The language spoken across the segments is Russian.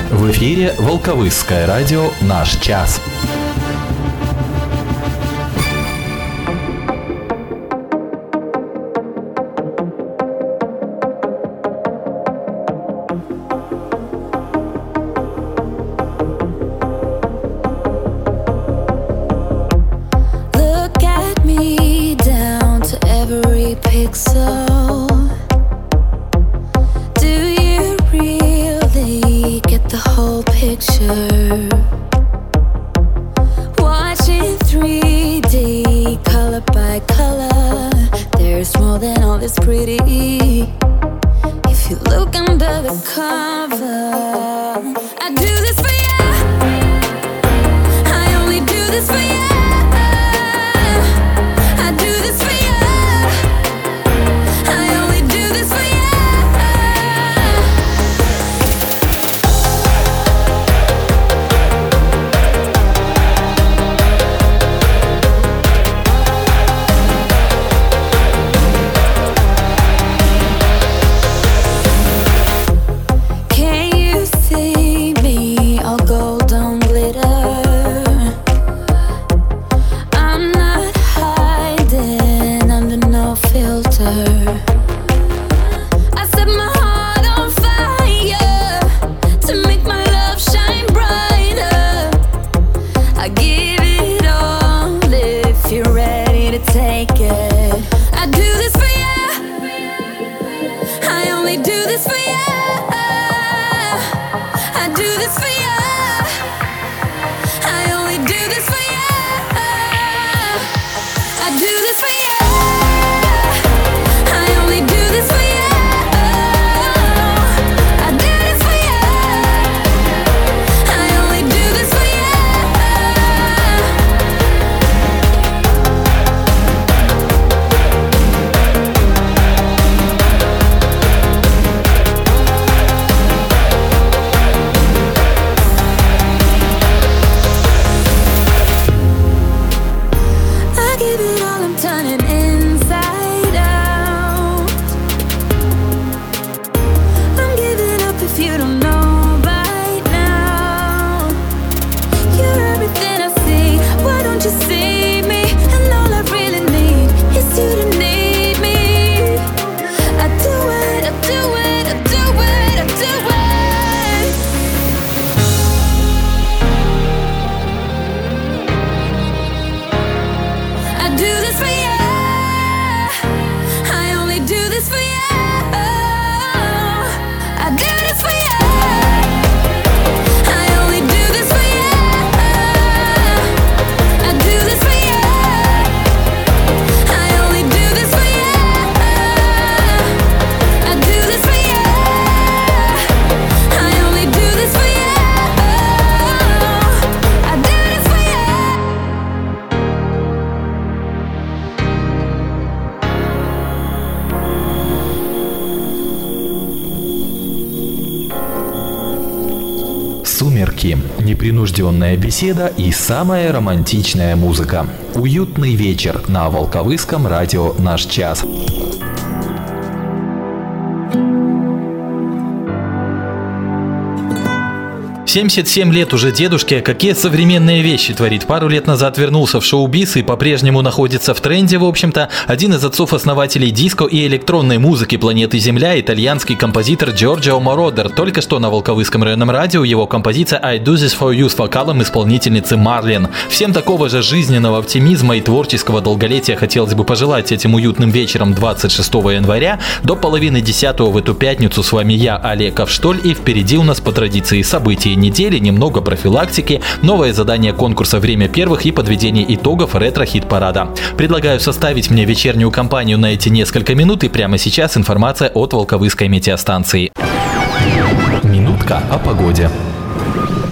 В эфире Волковысское радио «Наш час». «Сумерки», непринужденная беседа и самая романтичная музыка. Уютный вечер на Волковысском радио «Наш час». 77 лет уже дедушке, какие современные вещи творит. Пару лет назад вернулся в шоу-биз и по-прежнему находится в тренде, в общем-то. Один из отцов-основателей диско и электронной музыки планеты Земля, итальянский композитор Джорджио Мородер. Только что на Волковысском районном радио его композиция «I Do This For You» с вокалом исполнительницы Марлен. Всем такого же жизненного оптимизма и творческого долголетия хотелось бы пожелать этим уютным вечером 26 января. До 9:30 в эту пятницу с вами я, Олег Авштоль, и впереди у нас по традиции события недели, немного профилактики, новое задание конкурса «Время первых» и подведение итогов ретро-хит-парада. Предлагаю составить мне вечернюю компанию на эти несколько минут, и прямо сейчас информация от Волковысской метеостанции. Минутка о погоде.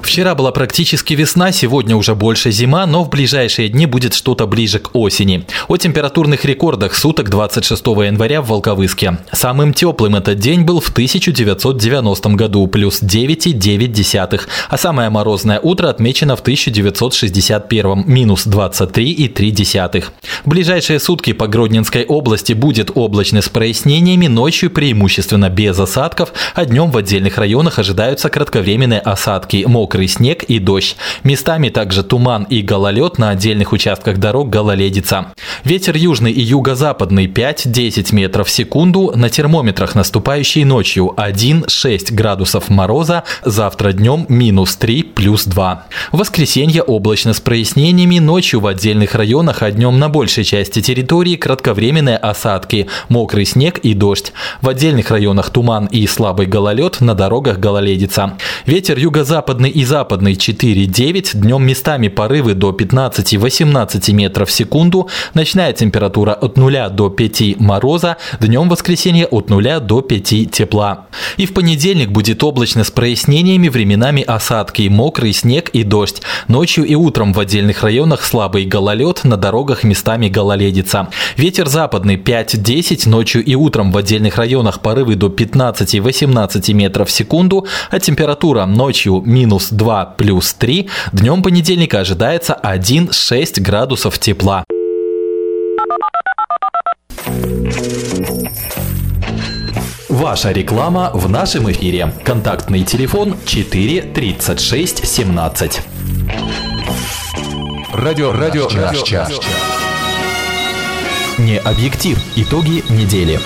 Вчера была практически весна, сегодня уже больше зима, но в ближайшие дни будет что-то ближе к осени. О температурных рекордах суток 26 января в Волковыске. Самым теплым этот день был в 1990 году, плюс 9,9. А самое морозное утро отмечено в 1961, минус 23,3. В ближайшие сутки по Гродненской области будет облачно с прояснениями, ночью преимущественно без осадков, а днем в отдельных районах ожидаются кратковременные осадки, мокрый снег и дождь. Местами также туман и гололед, на отдельных участках дорог гололедица. Ветер южный и юго-западный 5-10 метров в секунду, на термометрах наступающей ночью 1-6 градусов мороза, завтра днем минус 3, плюс 2. В воскресенье облачно с прояснениями, ночью в отдельных районах, а днем на большей части территории кратковременные осадки, мокрый снег и дождь. В отдельных районах туман и слабый гололед, на дорогах гололедица. Ветер юго-западный и западный 4-9, днем местами порывы до 15-18 метров в секунду, ночная температура от 0 до 5 мороза, днем в воскресенье от 0 до 5 тепла. И в понедельник будет облачно с прояснениями, временами осадки, мокрый снег и дождь. Ночью и утром в отдельных районах слабый гололед, на дорогах местами гололедица. Ветер западный 5-10, ночью и утром в отдельных районах порывы до 15-18 метров в секунду, а температура ночью минус 2, плюс 3, днем понедельника ожидается 1-6 градусов тепла. Ваша реклама в нашем эфире. Контактный телефон 4 36 17. Радио «Наш час». Не объектив. Итоги недели.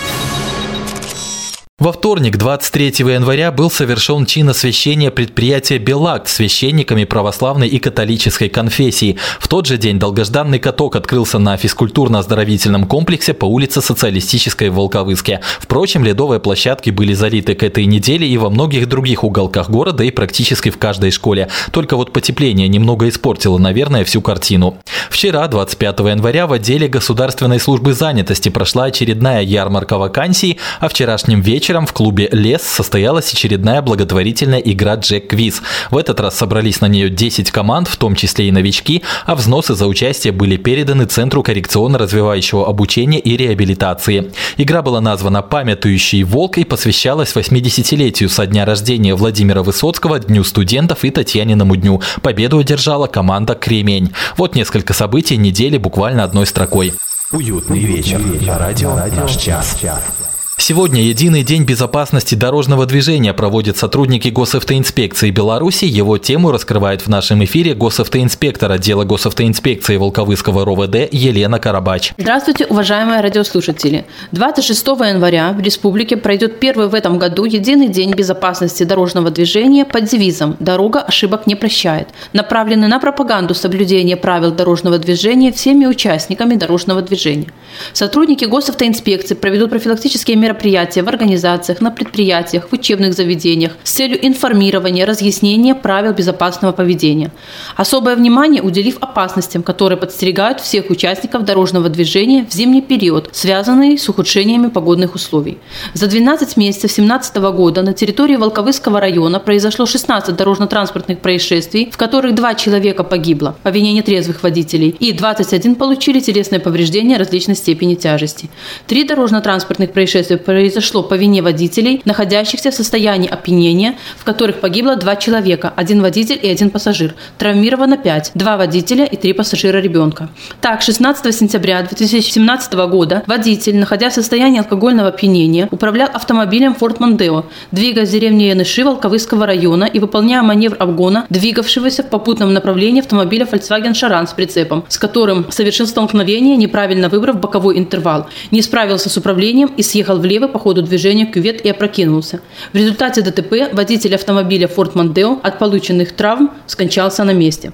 Во вторник, 23 января, был совершен чин освящения предприятия «Белакт» священниками православной и католической конфессии. В тот же день долгожданный каток открылся на физкультурно-оздоровительном комплексе по улице Социалистической в Волковыске. Впрочем, ледовые площадки были залиты к этой неделе и во многих других уголках города, и практически в каждой школе. Только вот потепление немного испортило, наверное, всю картину. Вчера, 25 января, в отделе Государственной службы занятости прошла очередная ярмарка вакансий, а вчерашним вечером в клубе «Лес» состоялась очередная благотворительная игра «Джек-квиз». В этот раз собрались на нее 10 команд, в том числе и новички, а взносы за участие были переданы Центру коррекционно-развивающего обучения и реабилитации. Игра была названа «Памятующий волк» и посвящалась 80-летию со дня рождения Владимира Высоцкого, Дню студентов и Татьяниному дню. Победу одержала команда «Кремень». Вот несколько событий недели буквально одной строкой. Уютный вечер на радио «Наш час». Сегодня единый день безопасности дорожного движения проводят сотрудники Госавтоинспекции Беларуси. Его тему раскрывает в нашем эфире госавтоинспектор отдела Госавтоинспекции Волковыского РОВД Елена Карабач. Здравствуйте, уважаемые радиослушатели. 26 января в республике пройдет первый в этом году единый день безопасности дорожного движения под девизом «Дорога ошибок не прощает», направленный на пропаганду соблюдения правил дорожного движения всеми участниками дорожного движения. Сотрудники Госавтоинспекции проведут профилактические мероприятия в организациях, на предприятиях, в учебных заведениях с целью информирования, разъяснения правил безопасного поведения. Особое внимание уделив опасностям, которые подстерегают всех участников дорожного движения в зимний период, связанные с ухудшениями погодных условий. За 12 месяцев 2017 года на территории Волковыского района произошло 16 дорожно-транспортных происшествий, в которых 2 человека погибло по вине нетрезвых водителей и 21 получили телесные повреждения различной степени тяжести. 3 дорожно-транспортных происшествия произошло по вине водителей, находящихся в состоянии опьянения, в которых погибло 2 человека, 1 водитель и 1 пассажир. Травмировано 5, 2 водителя и 3 пассажира ребенка. Так, 16 сентября 2017 года водитель, находясь в состоянии алкогольного опьянения, управлял автомобилем Ford Mondeo, двигаясь в деревне Яныши Волковыского района и выполняя маневр обгона двигавшегося в попутном направлении автомобиля Volkswagen Charan с прицепом, с которым совершил столкновение, неправильно выбрав боковой интервал, не справился с управлением и съехал влево по ходу движения в кювет и опрокинулся. В результате ДТП водитель автомобиля Ford Mondeo от полученных травм скончался на месте.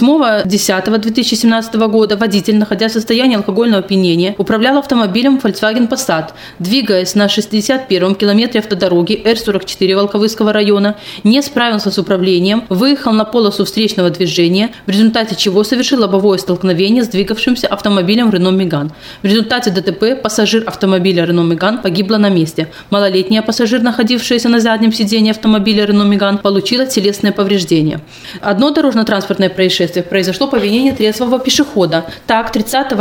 8.10.2017 года водитель, находясь в состоянии алкогольного опьянения, управлял автомобилем Volkswagen Passat, двигаясь на 61-м километре автодороги Р-44 Волковыского района, не справился с управлением, выехал на полосу встречного движения, в результате чего совершил лобовое столкновение с двигавшимся автомобилем Renault Megane. В результате ДТП пассажир автомобиля Renault Megane погиб погибла на месте. Малолетняя пассажир, находившаяся на заднем сидении автомобиля Renault Megane, получила телесные повреждения. Одно дорожно-транспортное происшествие произошло по вине трезвого пешехода. Так,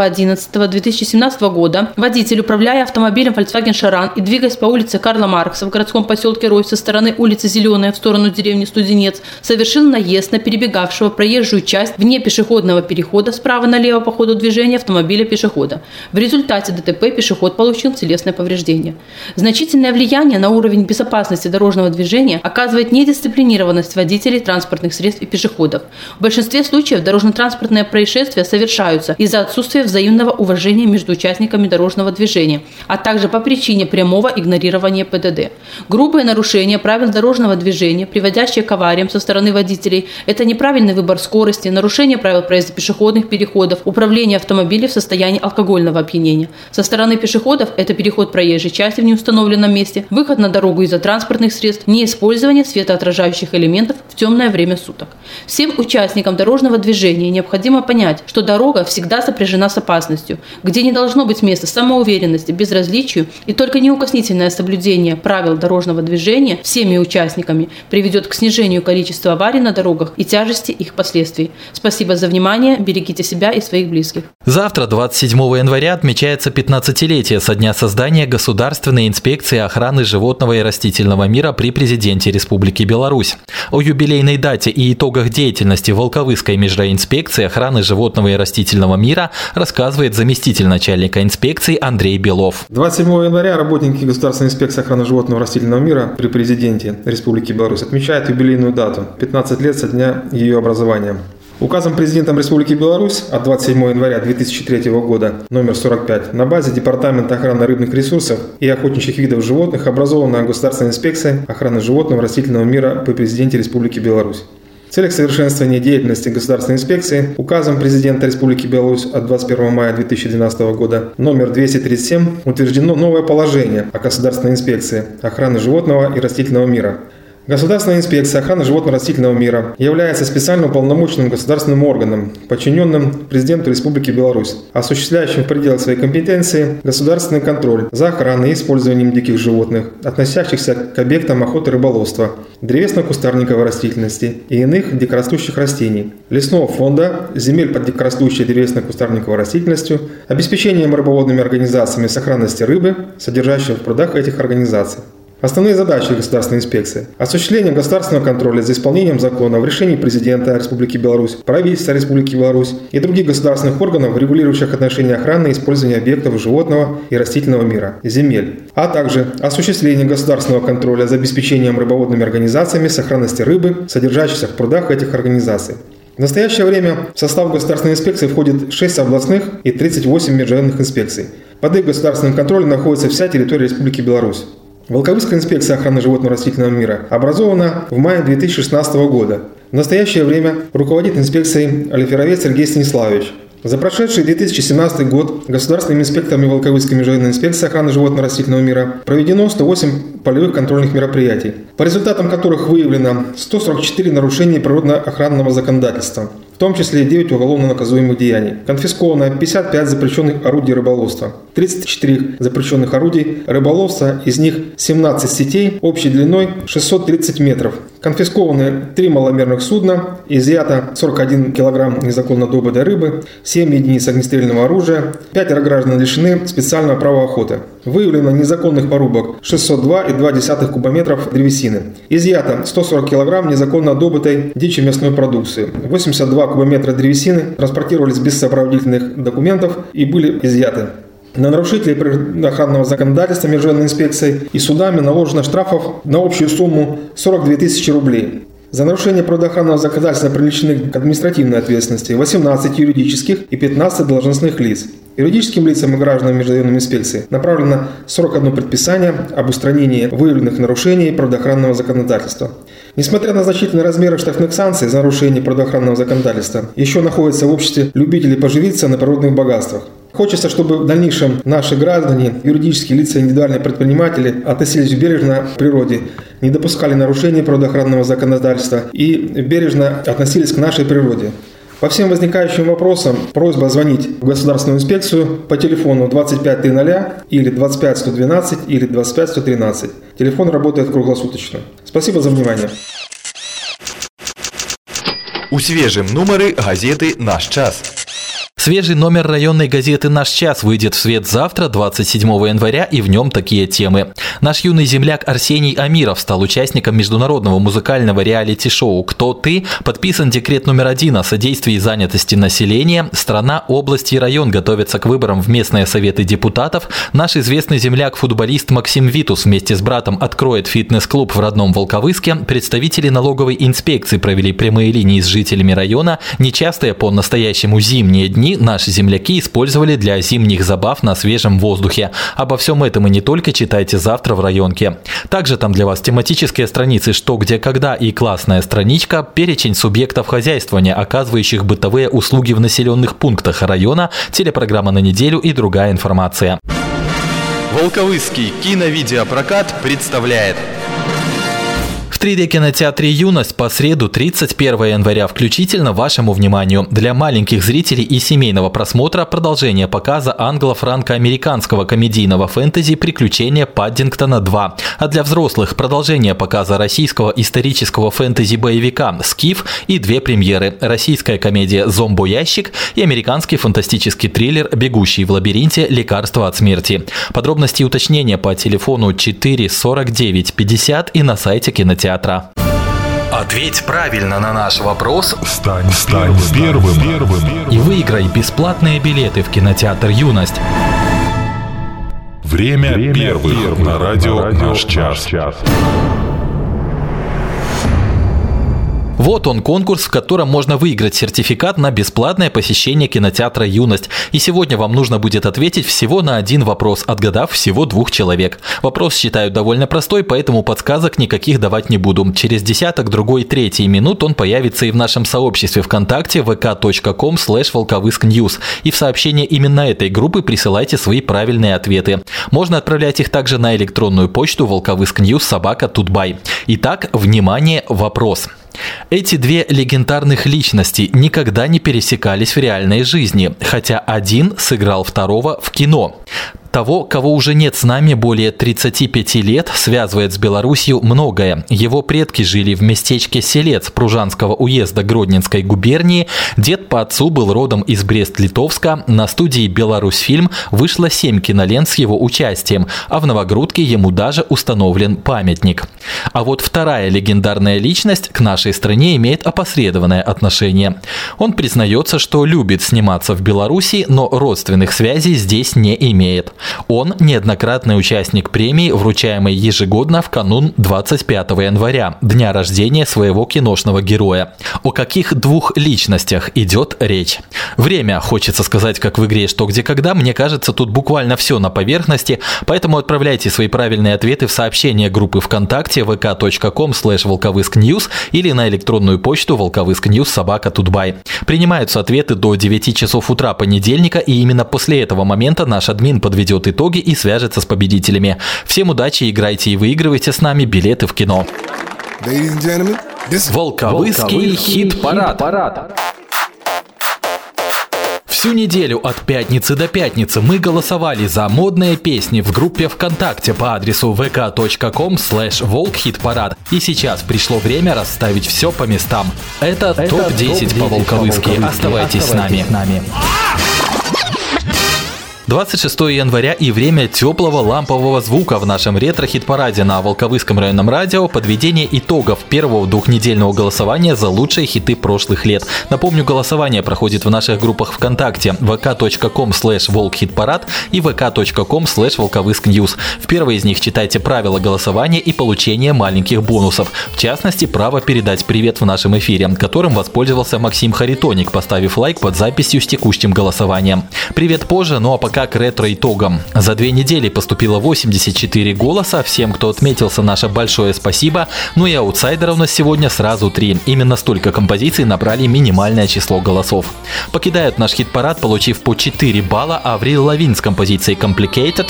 30.11.2017 года водитель, управляя автомобилем Volkswagen Charan и двигаясь по улице Карла Маркса в городском поселке Рой со стороны улицы Зеленая в сторону деревни Студенец, совершил наезд на перебегавшего проезжую часть вне пешеходного перехода справа налево по ходу движения автомобиля пешехода. В результате ДТП пешеход получил телесное повреждение. Значительное влияние на уровень безопасности дорожного движения оказывает недисциплинированность водителей транспортных средств и пешеходов. В большинстве случаев дорожно-транспортные происшествия совершаются из-за отсутствия взаимного уважения между участниками дорожного движения, а также по причине прямого игнорирования ПДД. Грубые нарушения правил дорожного движения, приводящие к авариям со стороны водителей, это неправильный выбор скорости, нарушение правил проезда пешеходных переходов, управление автомобилем в состоянии алкогольного опьянения. Со стороны пешеходов это переход проезжей части в неустановленном месте, выход на дорогу из-за транспортных средств, неиспользование светоотражающих элементов в темное время суток. Всем участникам дорожного движения необходимо понять, что дорога всегда сопряжена с опасностью, где не должно быть места самоуверенности, безразличию, и только неукоснительное соблюдение правил дорожного движения всеми участниками приведет к снижению количества аварий на дорогах и тяжести их последствий. Спасибо за внимание, берегите себя и своих близких. Завтра, 27 января, отмечается 15-летие со дня создания Государственной инспекции охраны животного и растительного мира при президенте Республики Беларусь. О юбилейной дате и итогах деятельности Волковыской межрайинспекции охраны животного и растительного мира рассказывает заместитель начальника инспекции Андрей Белов. 27 января работники Государственной инспекции охраны животного и растительного мира при президенте Республики Беларусь отмечают юбилейную дату – 15 лет со дня ее образования. Указом президентом Республики Беларусь от 27 января 2003 года номер 45 на базе Департамента охраны рыбных ресурсов и охотничьих видов животных образована Государственная инспекция охраны животного и растительного мира при президенте Республики Беларусь. В целях совершенствования деятельности Государственной инспекции указом президента Республики Беларусь от 21 мая 2012 года номер 237 утверждено новое положение о Государственной инспекции охраны животного и растительного мира. Государственная инспекция охраны животного и растительного мира является специально уполномоченным государственным органом, подчиненным президенту Республики Беларусь, осуществляющим в пределах своей компетенции государственный контроль за охраной и использованием диких животных, относящихся к объектам охоты и рыболовства, древесно-кустарниковой растительности и иных дикорастущих растений, лесного фонда, земель под дикорастущей древесно-кустарниковой растительностью, обеспечением рыбоводными организациями сохранности рыбы, содержащей в прудах этих организаций. Основные задачи государственной инспекции – осуществление государственного контроля за исполнением законов, решений президента Республики Беларусь, правительства Республики Беларусь и других государственных органов, регулирующих отношения охраны и использования объектов животного и растительного мира, земель, а также осуществление государственного контроля за обеспечением рыбоводными организациями сохранности рыбы, содержащейся в прудах этих организаций. В настоящее время в состав государственной инспекции входит 6 областных и 38 межрайонных инспекций. Под их государственным контролем находится вся территория Республики Беларусь. Волковыская инспекция охраны животного и растительного мира образована в мае 2016 года. В настоящее время руководит инспекцией Алиферовец Сергей Станиславович. За прошедший 2017 год государственными инспекторами Волковыской межрайонной инспекции охраны животного и растительного мира проведено 108 полевых контрольных мероприятий, по результатам которых выявлено 144 нарушения природно-охранного законодательства, в том числе 9 уголовно наказуемых деяний. Конфисковано 55 запрещенных орудий рыболовства, 34 запрещенных орудий рыболовства, из них 17 сетей общей длиной 630 метров. Конфискованы 3 маломерных судна, изъято 41 килограмм незаконно добытой рыбы, 7 единиц огнестрельного оружия, 5 граждан лишены специального права охоты. Выявлено незаконных порубок 602,2 кубометров древесины. Изъято 140 килограмм незаконно добытой дичи мясной продукции. 82 кубометра древесины транспортировались без сопроводительных документов и были изъяты. На нарушителей природоохранного законодательства межрайонной инспекцией и судами наложено штрафов на общую сумму 42 тысячи рублей. За нарушение природоохранного законодательства привлечены к административной ответственности 18 юридических и 15 должностных лиц. Юридическим лицам и гражданам межрайонной инспекции направлено 41 предписание об устранении выявленных нарушений природоохранного законодательства. Несмотря на значительные размеры штрафных санкций за нарушение природоохранного законодательства, еще находится в обществе любителей поживиться на природных богатствах. Хочется, чтобы в дальнейшем наши граждане, юридические лица и индивидуальные предприниматели относились бережно к природе, не допускали нарушений природоохранного законодательства и бережно относились к нашей природе. По всем возникающим вопросам просьба звонить в Государственную инспекцию по телефону 2500 или 25112 или 25113. Телефон работает круглосуточно. Спасибо за внимание. Усвежим номеры газеты «Наш час». Свежий номер районной газеты «Наш час» выйдет в свет завтра, 27 января, и в нем такие темы. Наш юный земляк Арсений Амиров стал участником международного музыкального реалити-шоу «Кто ты?». Подписан декрет номер 1 о содействии и занятости населения. Страна, область и район готовятся к выборам в местные советы депутатов. Наш известный земляк-футболист Максим Витус вместе с братом откроет фитнес-клуб в родном Волковыске. Представители налоговой инспекции провели прямые линии с жителями района. Нечастые по-настоящему зимние дни наши земляки использовали для зимних забав на свежем воздухе. Обо всем этом и не только читайте завтра в районке. Также там для вас тематические страницы «Что, где, когда» и классная страничка, перечень субъектов хозяйствования, оказывающих бытовые услуги в населенных пунктах района, телепрограмма на неделю и другая информация. Волковысский киновидеопрокат представляет. В 3D-кинотеатре «Юность» по среду 31 января включительно вашему вниманию. Для маленьких зрителей и семейного просмотра продолжение показа англо-франко-американского комедийного фэнтези «Приключения Паддингтона 2». А для взрослых продолжение показа российского исторического фэнтези-боевика «Скиф» и две премьеры – российская комедия «Зомбоящик» и американский фантастический триллер «Бегущий в лабиринте. Лекарство от смерти». Подробности и уточнения по телефону 4 49 50 и на сайте кинотеатра. Ответь правильно на наш вопрос. Стань первым. И выиграй бесплатные билеты в кинотеатр «Юность». Время первых на радио «Наш час». Вот он, конкурс, в котором можно выиграть сертификат на бесплатное посещение кинотеатра «Юность». И сегодня вам нужно будет ответить всего на один вопрос, отгадав всего 2 человек. Вопрос считаю довольно простой, поэтому подсказок никаких давать не буду. Через десяток, другой, третий минут он появится и в нашем сообществе ВКонтакте vk.com/волковыскньюз. И в сообщение именно этой группы присылайте свои правильные ответы. Можно отправлять их также на электронную почту волковыскньюз@tutbay. Итак, внимание, вопрос. Эти 2 легендарных личности никогда не пересекались в реальной жизни, хотя один сыграл второго в кино. Того, кого уже нет с нами более 35 лет, связывает с Белоруссией многое. Его предки жили в местечке Селец Пружанского уезда Гродненской губернии. Дед по отцу был родом из Брест-Литовска. На студии «Беларусьфильм» вышло 7 кинолент с его участием, а в Новогрудке ему даже установлен памятник. А вот вторая легендарная личность к нашей стране имеет опосредованное отношение. Он признается, что любит сниматься в Беларуси, но родственных связей здесь не имеет. Он неоднократный участник премии, вручаемой ежегодно в канун 25 января, дня рождения своего киношного героя. О каких 2 личностях идет речь? Время, хочется сказать, как в игре «Что, где, когда». Мне кажется, тут буквально все на поверхности, поэтому отправляйте свои правильные ответы в сообщение группы ВКонтакте vk.com/волковыскньюз или на электронную почту волковыскньюз@tutbay. Принимаются ответы до 9 часов утра понедельника, и именно после этого момента наш админ подведет итоги и свяжется с победителями. Всем удачи, играйте и выигрывайте с нами билеты в кино. Волковыский хит-парад. Всю неделю от пятницы до пятницы мы голосовали за модные песни в группе ВКонтакте по адресу vk.com/волкхитпарад. И сейчас пришло время расставить все по местам. Это топ-10 по-волковыски. Оставайтесь с нами. 26 января и время теплого лампового звука в нашем ретро-хит-параде на Волковыском районном радио, подведение итогов первого двухнедельного голосования за лучшие хиты прошлых лет. Напомню, голосование проходит в наших группах ВКонтакте vk.com/волкхитпарад и vk.com/волковыскньюз. В первой из них читайте правила голосования и получения маленьких бонусов. В частности, право передать привет в нашем эфире, которым воспользовался Максим Харитоник, поставив лайк под записью с текущим голосованием. Привет позже, ну а пока к ретро-итогам. За 2 недели поступило 84 голоса. Всем, кто отметился, наше большое спасибо. Ну и аутсайдеров у нас сегодня сразу 3. Именно столько композиций набрали минимальное число голосов. Покидают наш хит-парад, получив по 4 балла, Аврил Лавин с композицией «Complicated».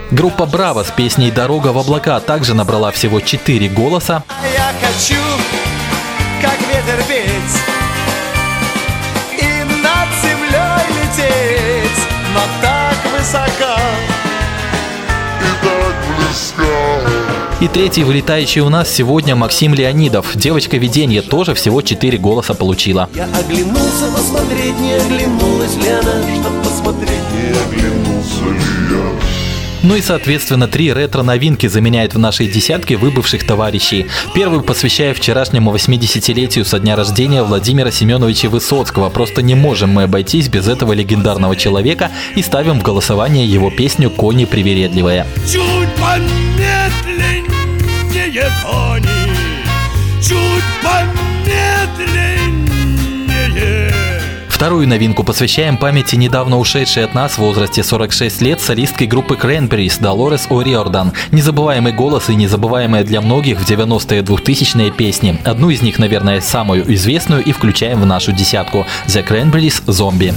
Группа «Браво» с песней «Дорога в облака» также набрала всего 4 голоса. Я хочу, как ветер петь и над землей лететь, но так высоко и так близко. И третий вылетающий у нас сегодня Максим Леонидов. Девочка-видение тоже всего 4 голоса получила. Я оглянулся посмотреть, не оглянулась ли она, чтоб посмотреть, не оглянулся ли я. Ну и, соответственно, 3 ретро-новинки заменяют в нашей десятке выбывших товарищей. Первую посвящаю вчерашнему 80-летию со дня рождения Владимира Семеновича Высоцкого. Просто не можем мы обойтись без этого легендарного человека и ставим в голосование его песню «Кони привередливые». Чуть помедленнее, кони, чуть помедленнее. Вторую новинку посвящаем памяти недавно ушедшей от нас в возрасте 46 лет солистки группы Cranberries Долорес О'Риордан. Незабываемый голос и незабываемая для многих в 90-е 2000-е песни. Одну из них, наверное, самую известную, и включаем в нашу десятку. The Cranberries «Зомби».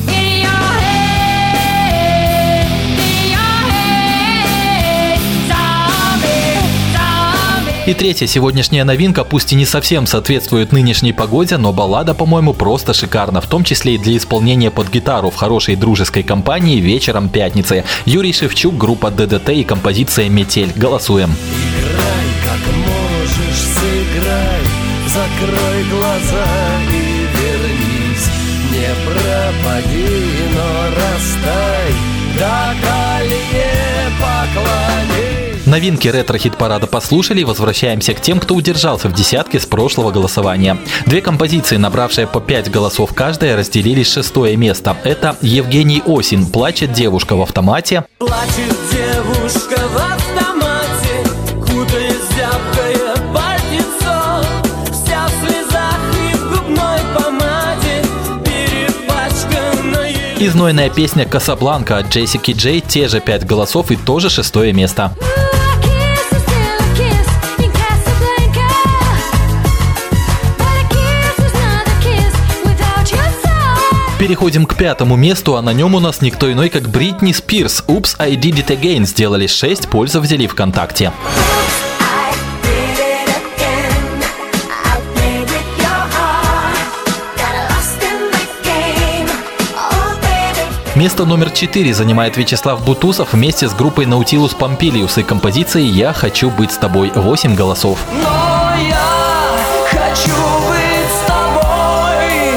И третья сегодняшняя новинка, пусть и не совсем соответствует нынешней погоде, но баллада, по-моему, просто шикарна, в том числе и для исполнения под гитару в хорошей дружеской компании вечером пятницы. Юрий Шевчук, группа ДДТ и композиция «Метель». Голосуем. Играй, как можешь, сыграй, закрой глаза и вернись. Не пропади, но растай, до колье поклонись. Новинки ретро-хит-парада послушали, возвращаемся к тем, кто удержался в десятке с прошлого голосования. 2 композиции, набравшие по 5 голосов каждая, разделились 6-е место. Это Евгений Осин «Плачет девушка в автомате». Плачет девушка в автомате, кутаясь в зябкое пальтецо, вся в слезах и в губной помаде, перепачканная. И знойная песня «Касабланка» от Джессики Джей, те же 5 голосов и тоже 6-е место. Переходим к 5-му месту, а на нем у нас никто иной, как Бритни Спирс. «Oops, I Did It Again» сделали 6 пользователей ВКонтакте. Место номер 4 занимает Вячеслав Бутусов вместе с группой Nautilus Pompilius и композицией «Я хочу быть с тобой». 8 голосов. Но я хочу быть с тобой.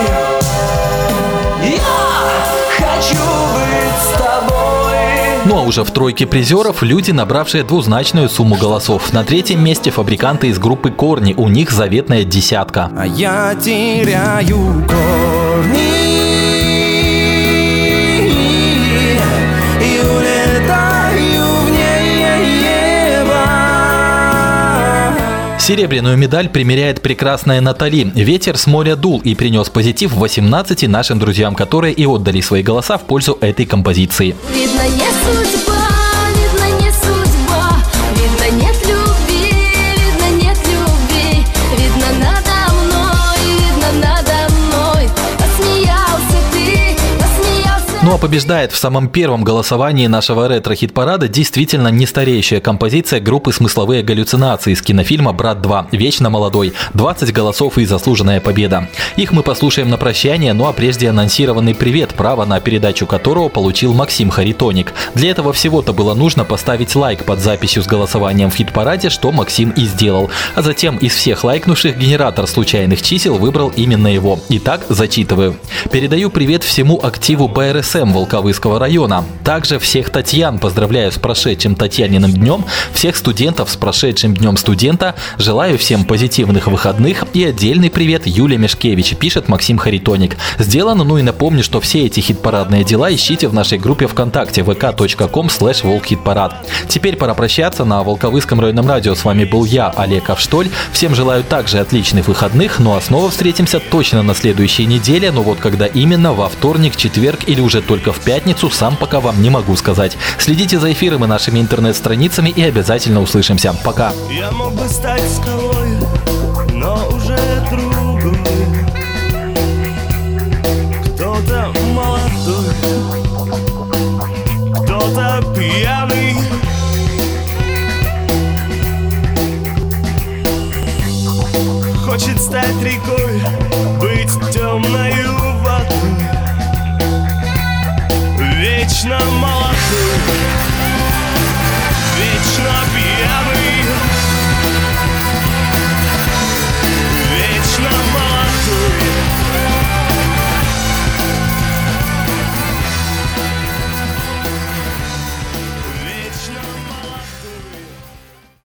Я хочу быть с тобой. Ну а уже в тройке призеров люди, набравшие двузначную сумму голосов. На 3-м месте фабриканты из группы «Корни». У них заветная десятка. А я теряю корни. Серебряную медаль примеряет прекрасная Натали. Ветер с моря дул и принес позитив 18 нашим друзьям, которые и отдали свои голоса в пользу этой композиции. Видно, не судьба, видно, не судьба, видно, нет любви, видно, нет любви, видно, надо мной, посмеялся ты, посмеялся. Ну а побеждает в самом первом голосовании нашего ретро-хит-парада действительно нестареющая композиция группы «Смысловые галлюцинации» из кинофильма «Брат 2. Вечно молодой». 20 голосов и заслуженная победа. Их мы послушаем на прощание, ну а прежде анонсированный привет, право на передачу которого получил Максим Харитоник. Для этого всего-то было нужно поставить лайк под записью с голосованием в хит-параде, что Максим и сделал. А затем из всех лайкнувших генератор случайных чисел выбрал именно его. Итак, зачитываю. Передаю привет всему активу БРСМ Волковыского района. Также всех Татьян поздравляю с прошедшим Татьяниным днем, всех студентов с прошедшим днем студента. Желаю всем позитивных выходных и отдельный привет Юле Мешкевич, пишет Максим Харитоник. Сделано, ну и напомню, что все эти хит-парадные дела ищите в нашей группе ВКонтакте vk.com/волкхитпарад. Теперь пора прощаться. На Волковыском районном радио с вами был я, Олег Авштоль. Всем желаю также отличных выходных, ну а снова встретимся точно на следующей неделе, но вот когда именно, во вторник, четверг или уже только в пятницу, сам пока вам не могу сказать. Следите за эфиром и нашими интернет-страницами и обязательно услышимся. Пока! Я мог бы стать скалой, но уже другой. Кто-то молодой, кто-то пьяный, Хочет стать рекой, быть темною водой, вечно молодой, вечно пьяный.